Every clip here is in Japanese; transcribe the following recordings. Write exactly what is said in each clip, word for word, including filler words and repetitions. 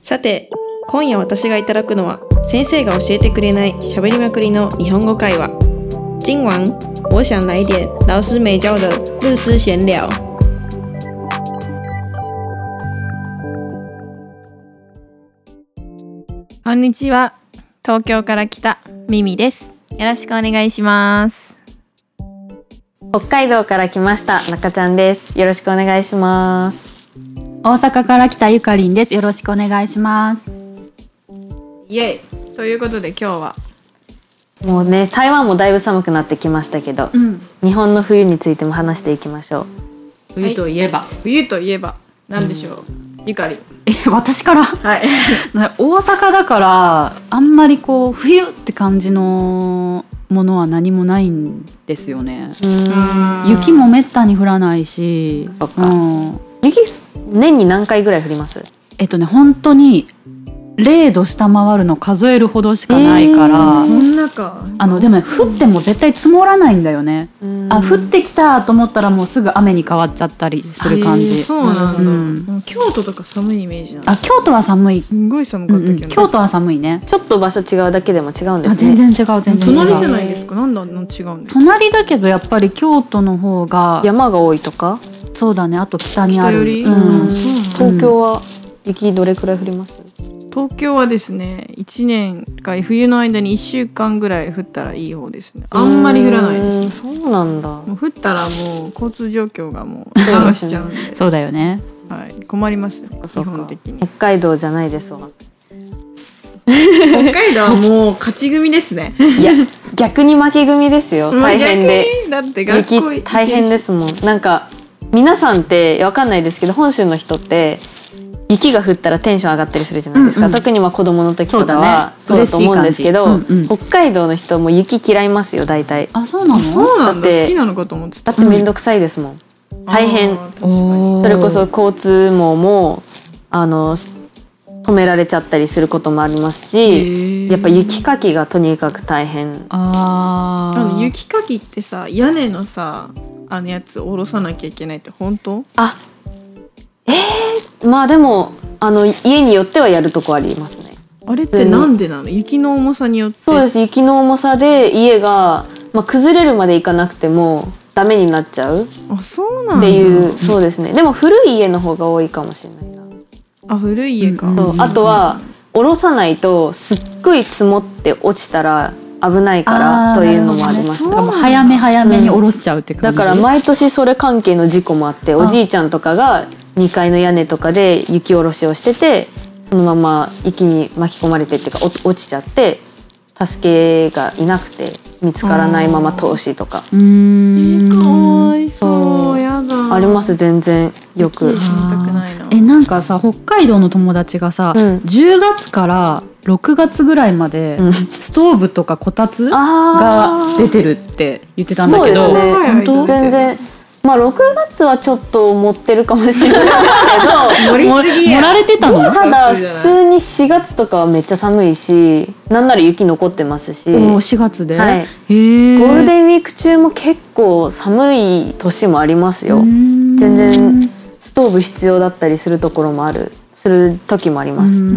さて、今夜私がいただくのは先生が教えてくれない喋りまくりの日本語会話。今晚我想来点老师没教的日式闲聊。 こんにちは。東京から来たミミです。よろしくお願いします。 北海道から来ました中ちゃんです。よろしくお願いします。 大阪から来たゆかりんです。よろしくお願いします。 イエイということで今日はもうね、台湾もだいぶ寒くなってきましたけど、うん、日本の冬についても話していきましょう。 冬といえば、 はい、冬といえば何でしょう、うん、ゆかり。 え、私から、はい、大阪だからあんまりこう冬って感じのものは何もないんですよね。うーん、雪もめったに降らないし。 そっか、うん、雪年に何回ぐらい降ります？ えっとね本当にれいど下回るの数えるほどしかないから、えー、そんなか。 あのでもね、降っても絶対積もらないんだよね。あ、降ってきたと思ったらもうすぐ雨に変わっちゃったりする感じ。 えー、そうなんだ、うん、京都とか寒いイメージなんだ。 あ、京都は寒い。 すんごい寒かったけど、ね、うん、 京都は寒いね。 ちょっと場所違うだけでも違うんですね。 あ、全然違う全然違う。 隣じゃないですか。なんであんな違うんですか？ 隣だけどやっぱり京都の方が山が多いとか。 そうだね。あと北にある。 北より、 うん、 東京は雪どれくらい降ります？ 東京はですね、いちねんか冬の間にいっしゅうかんぐらい降ったらいい方ですね。あんまり降らないです。 そうなんだ。 もう降ったらもう交通状況がもう悪化しちゃうんでそうだよね、 はい、困りますね。基本的に北海道じゃないですわ。 北海道はもう勝ち組ですね。 いや、逆に負け組ですよ。大変で。 だって学校雪大変ですもん。なんか皆さんってわかんないですけど、本州の人って雪が降ったらテンション上がったりするじゃないですか、うんうん、特にまあ子供の時とかはそうだと思うんですけど、うんうん、北海道の人も雪嫌いますよ大体。 あ、そうなの？ そうなんだ。好きなのかと思ってた。 だってめんどくさいですもん、うん、大変。それこそ交通網もあの止められちゃったりすることもありますし、やっぱ雪かきがとにかく大変。 ああの雪かきってさ、屋根のさあのやつ下ろさなきゃいけないって本当？ あ、えー、まあでもあの家によってはやるとこありますね。 あれってなんでなの？雪の重さによって。 そうです。雪の重さで家が、まあ、崩れるまでいかなくてもダメになっちゃう。 あ、そうなんだ。 っていう、そうですね。でも古い家の方が多いかもしれないな。 あ、古い家か、 うん、そう。あとは下ろさないとすっごい積もって落ちたら危ないからというのもあります。 だからもう早め早めに下ろしちゃうって感じ、 うん、だから毎年それ関係の事故もあって、おじいちゃんとかがにかいの屋根とかで雪下ろしをしてて、そのまま雪に巻き込まれてっていうか落ちちゃって助けがいなくて見つからないまま投資とか。 うーん、 えー、かわいそう。やだ。 あります。全然よく。 え、なんかさ、北海道の友達がさ、うん、じゅうがつからろくがつぐらいまで、うん、ストーブとかこたつが出てるって言ってたんだけど、 そうですね、本当？全然。まあろくがつはちょっと持ってるかもしれないけど盛りすぎや。 盛られてたの？ ただ普通にしがつとかはめっちゃ寒いし、なんなら雪残ってますし。 お、しがつで、はい、へー。ゴールデンウィーク中も結構寒い年もありますよ。全然ストーブ必要だったりするところもあるする時もあります。うん、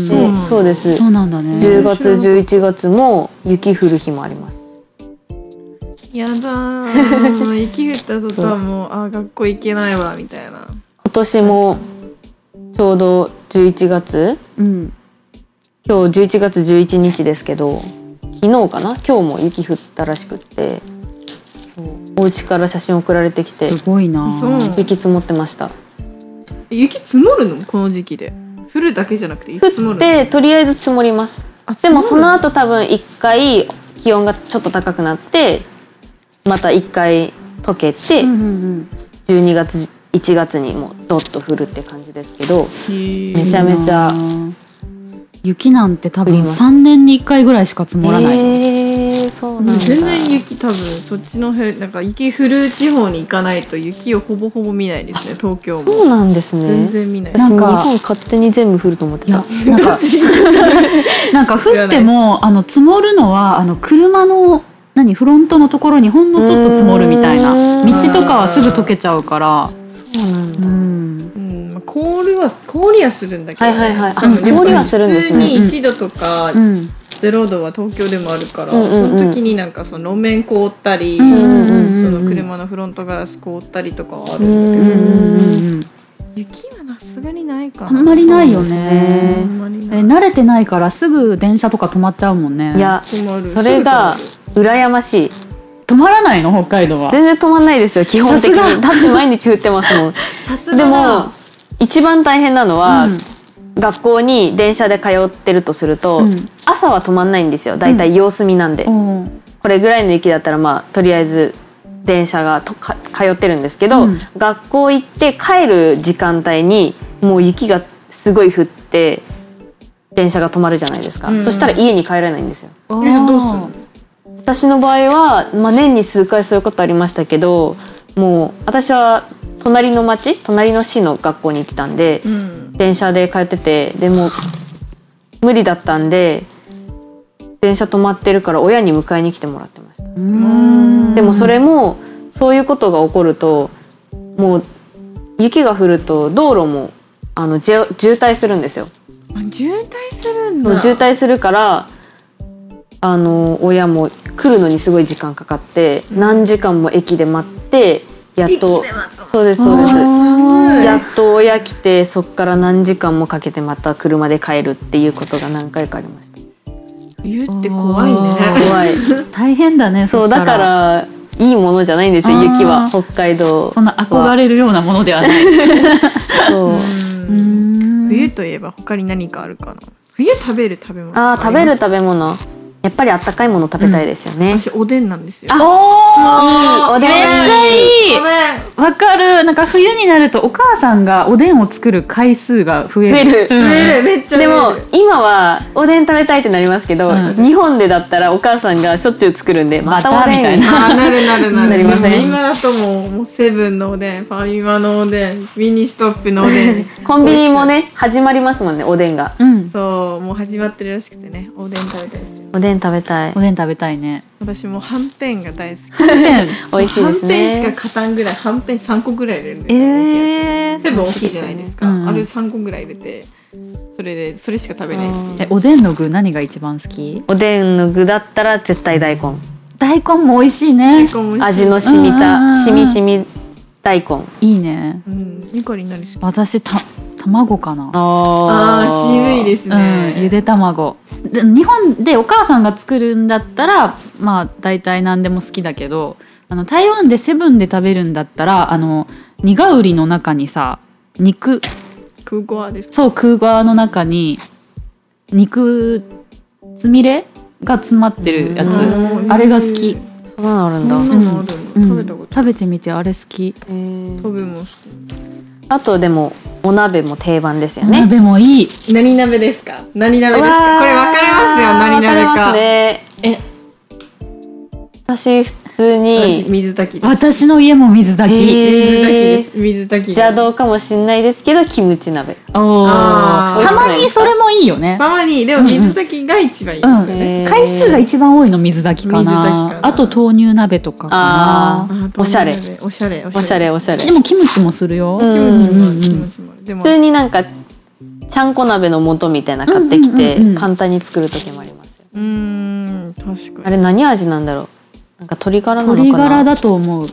そう、そうです。 そうなんだね。 じゅうがつじゅういちがつも雪降る日もあります。 やだー。雪降った途端もうあ、学校行けないわみたいな。 今年もちょうどじゅういちがつ、うん、今日じゅういちがつじゅういちにちですけど、昨日かな、今日も雪降ったらしくって、そうお家から写真送られてきて、 すごいな。 雪積もってました。 雪積もるの？この時期で降るだけじゃなくて雪積もるの？ 降ってとりあえず積もります。でもその後多分いっかい気温がちょっと高くなってまたいっかい溶けて、うんうんうん、じゅうにがついちがつにもドッと降るって感じですけど、めちゃめちゃ雪なんて多分さんねんにいっかいぐらいしか積もらないの。 えー、そうなんだ。 全然雪多分そっちの辺なんか雪降る地方に行かないと雪をほぼほぼ見ないですね。東京も。 そうなんですね。 全然見ない。 なんか日本勝手に全部降ると思ってた。 なんかなんか降ってもあの積もるのはあの車の何フロントのところにほんのちょっと積もるみたいな。道とかはすぐ溶けちゃうから。 そうなんだ。うん、 うん、 氷は氷はするんだけど、ね、 はいはいはい、 多分あ氷はするんですね。 普通にいちどとかゼロどは東京でもあるから、うんうんうん、その時になんかその路面凍ったり、うんうんうん、その車のフロントガラス凍ったりとかはあるんだけど、うんうんうん、雪はさすがにないかな。 あんまりないよね。え慣れてないからすぐ電車とか止まっちゃうもんね。 いやそれが羨ましい。 止まらないの北海道は。 全然止まんないですよ基本的に。だって毎日降ってますもん。さすがでも一番大変なのは、うん、学校に電車で通ってるとすると、うん、朝は止まんないんですよ。だいたい様子見なんで、うん、これぐらいの雪だったらまあとりあえず電車がとか通ってるんですけど、うん、学校行って帰る時間帯にもう雪がすごい降って電車が止まるじゃないですか、うん、そしたら家に帰れないんですよ。 えどうするの？ 私の場合は、まあ、年に数回そういうことありましたけど、もう私は隣の町隣の市の学校に行ってたんで、うん、電車で通ってて、でも無理だったんで電車止まってるから親に迎えに来てもらってました。うーんでもそれもそういうことが起こるともう雪が降ると道路もあの渋滞するんですよ。 あ渋滞するんだ。 そう渋滞するからあの親も来るのにすごい時間かかって何時間も駅で待ってやっとそうですそうですやっと親来てそっから何時間もかけてまた車で帰るっていうことが何回かありました。 冬って怖いね。 怖い大変だね。 そうだからいいものじゃないんですよ雪は。北海道そんな憧れるようなものではない。 そううん冬といえば他に何かあるかな。冬食べる食べ物ああ食べる食べ物やっぱりあったかいもの食べたいですよね、 うん、私おでんなんですよ。 あおーいいおでんめっちゃいい。わかる。なんか冬になるとお母さんがおでんを作る回数が増える。 増える、 増えるめっちゃ増える。 でも今はおでん食べたいってなりますけど、うん、日本でだったらお母さんがしょっちゅう作るんでまたおでんみたいな。 あなるなるなるなりません。 今だともう、もうセブンのおでんファミマのおでんミニストップのおでんコンビニもね始まりますもんねおでんが、 うん、そうもう始まってるらしくてねおでん食べたいですよ。 おでん食べたい。 おでん食べたいね。 私もはんぺんが大好き。 美味しいですね。 はんぺんしか勝たんぐらいはんぺんさんこぐらい入れるんですよ、えー、セブン大きいじゃないですか、うん、あれさんこぐらい入れてそれでそれしか食べないっていう。 えおでんの具何が一番好き？ おでんの具だったら絶対大根。 大根も美味しいね。 味の染みたしみしみ大根いいね。 うん、ゆかり何好き？ 私た卵かな。 ああ渋いですね、 うん、ゆで卵で日本でお母さんが作るんだったらまあ大体何でも好きだけど、あの台湾でセブンで食べるんだったらあのニガウリの中にさ肉空ゴアですか？ そう空ゴアの中に肉つみれが詰まってるやつ、あれが好き。 そんなのあるんだ、 うんうん、食べたこと食べてみてあれ好き。 えー、食べも好き。 あとでもお鍋も定番ですよね。 お鍋もいい。 何鍋ですか？何鍋ですか？これ分かりますよ。何鍋か。分かりますね。 え、私普通に水炊きです。 私の家も水炊き。 水炊きです。水炊き。 邪道かもしれないですけどキムチ鍋。 おあたまにそれもいいよね。 たまにでも水炊きが一番いいですよね。 うん、回数が一番多いの水炊きかな。水炊きかな。あと豆乳鍋とかかな。 あおしゃれ。 おしゃれ。 おしゃれおしゃれ。 でもキムチもするよ。 キムチもキムチも。 でも普通になんかちゃんこ鍋の素みたいな買ってきて簡単に作る時もありますよ。 うーん確かに。 あれ何味なんだろう。なんか鶏ガラなのかな。 鶏ガラだと思う。うんうん、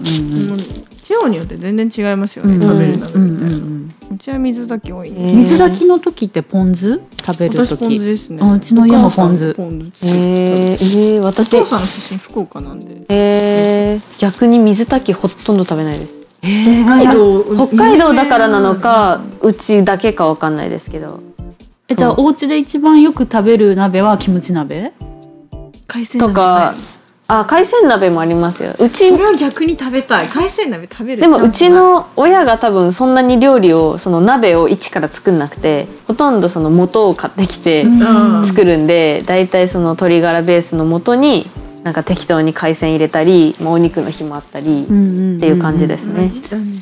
地方によって全然違いますよね、うん、食べる鍋みたいな、うんうんうん、うちは水炊き多いね。 水炊きの時ってポン酢食べる時。 私ポン酢ですね。 うちの家もポン酢。 ポン酢えー、えー、私お父さんの出身福岡なんで、 えー、逆に水炊きほとんど食べないです。 えー、 北海道北海道だからなのかうちだけかわかんないですけど。 えじゃあお家で一番よく食べる鍋はキムチ鍋海鮮鍋とか。あ海鮮鍋もありますよ。うちそれは逆に食べたい。海鮮鍋食べる。 でもうちの親が多分そんなに料理をその鍋を一から作んなくてほとんどその素を買ってきて作るんで、だいたいその鶏ガラベースの素になんか適当に海鮮入れたり、お肉の日もあったりっていう感じですね。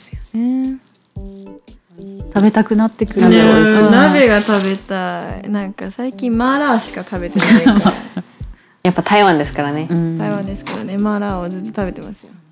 食べたくなってくる。 ね、鍋が食べたい。なんか最近マーラーしか食べてないから。 やっぱ台湾ですからね、 うん、台湾ですからねマーラーをずっと食べてますよ。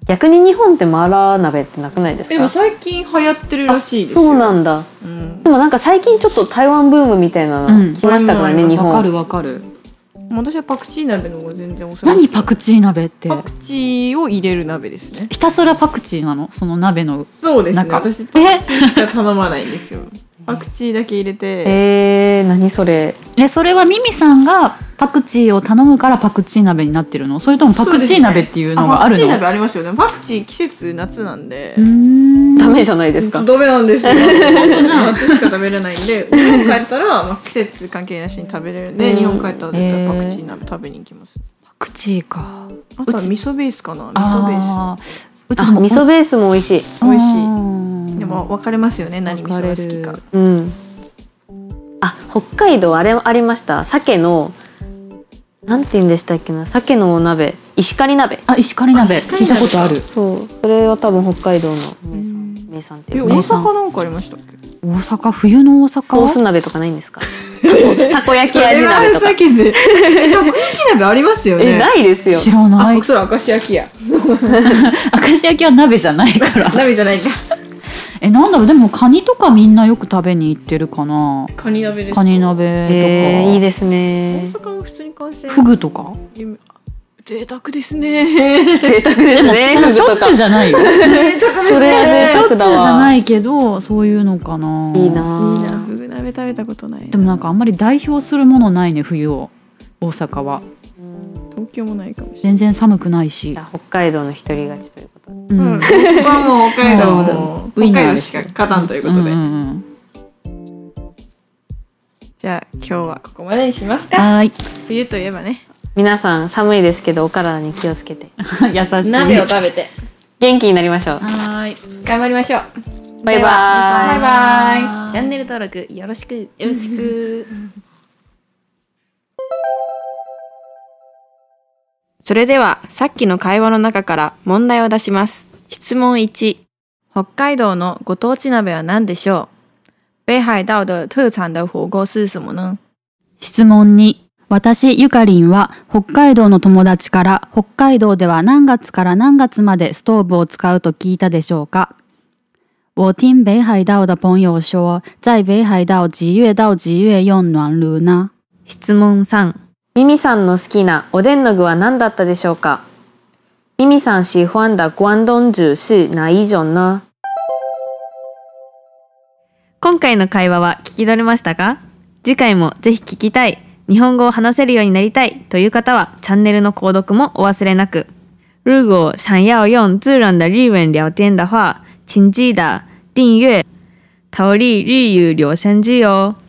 逆に日本ってマーラー鍋ってなくないですか？ でも最近流行ってるらしいですよ。 そうなんだ、うん、でもなんか最近ちょっと台湾ブームみたいなの来ましたからね、うん、日本。 わかるわかる。 私はパクチー鍋の方が全然おすすめ。 何パクチー鍋って？ パクチーを入れる鍋ですね。 ひたすらパクチーなの？その鍋の中。 そうですね、私パクチーしか頼まないんですよ。パクチーだけ入れて。 えー、何それ。 え、それはミミさんがパクチーを頼むからパクチー鍋になってるの？それともパクチー鍋っていうのがあるの？ パクチー鍋ありますよね。パクチー季節夏なんで。 うーん、ダメじゃないですか。 ダメなんですよ。夏しか食べれないんで、日本帰ったら、まあ、季節関係なしに食べれるんで、日本帰ったら絶対パクチー鍋食べに行きます。 パクチーか。 あとは味噌ベースかな。味噌ベース。 うちも味噌ベースも美味しい。 美味しい。でも分かれますよね。何味噌が好きか。 うん。あ、北海道あれありました。鮭のなんて言うんでしたっけな、鮭のお鍋、石狩鍋。 あ、石狩鍋聞いたことある。 そう、それは多分北海道の名産、名産っていう。 大阪なんかありましたっけ？ 大阪、冬の大阪。 ソース鍋とかないんですか？たこ焼き味鍋とか。 え、たこ焼き鍋ありますよね。 え、ないですよ。 知らない。 あ、それ明石焼きや。 明石焼きは鍋じゃないから。 鍋じゃないか。 え、なんだろう、でもカニとかみんなよく食べに行ってるかな。 カニ鍋ですか？ カニ鍋とか、 えー、いいですね。 大阪は普通に完成。 フグとか贅沢ですね。 贅沢ですね。 しょっちゅうじゃないよ。 贅沢ですね。 それは贅しょっちゅうじ沢だわ。 ゃないけど、そういうのかな。 いいな。 いいな。フグ鍋食べたことない。 でもなんかあんまり代表するものないね、冬を。大阪は。 東京もないかもしれない。 全然寒くないし。 北海道の一人勝ちということで。 うん。 うん、僕はもう北海道も北海道しか勝たんということで。 うんうんうん、 じゃあ今日はここまでにしますか。 はい。 冬といえばね。 皆さん寒いですけどお体に気をつけて。 優しい。 鍋を食べて元気になりましょう。 はい。 頑張りましょう。 バイバイ。 バイバイ。チャンネル登録よろしく。 よろしく。 それではさっきの会話の中から問題を出します。質問いち。 北海道のご当地鍋は何でしょう？北海道的特产的火锅是什么呢？ 質問に。私、ゆかりんは北海道の友達から北海道では何月から何月までストーブを使うと聞いたでしょうか？我听北海道的朋友说，在北海道几月到几月用暖炉呢？ 質問さん。ミミさんの好きなおでんの具は何だったでしょうか？ミミさん喜欢的关东煮是哪一种呢？今回の会話は聞き取れましたか？次回もぜひ聞きたい、日本語を話せるようになりたいという方はチャンネルの購読もお忘れなく。如果想要用自然的日文聊天的话，请记得订阅逃离日语留声机哦。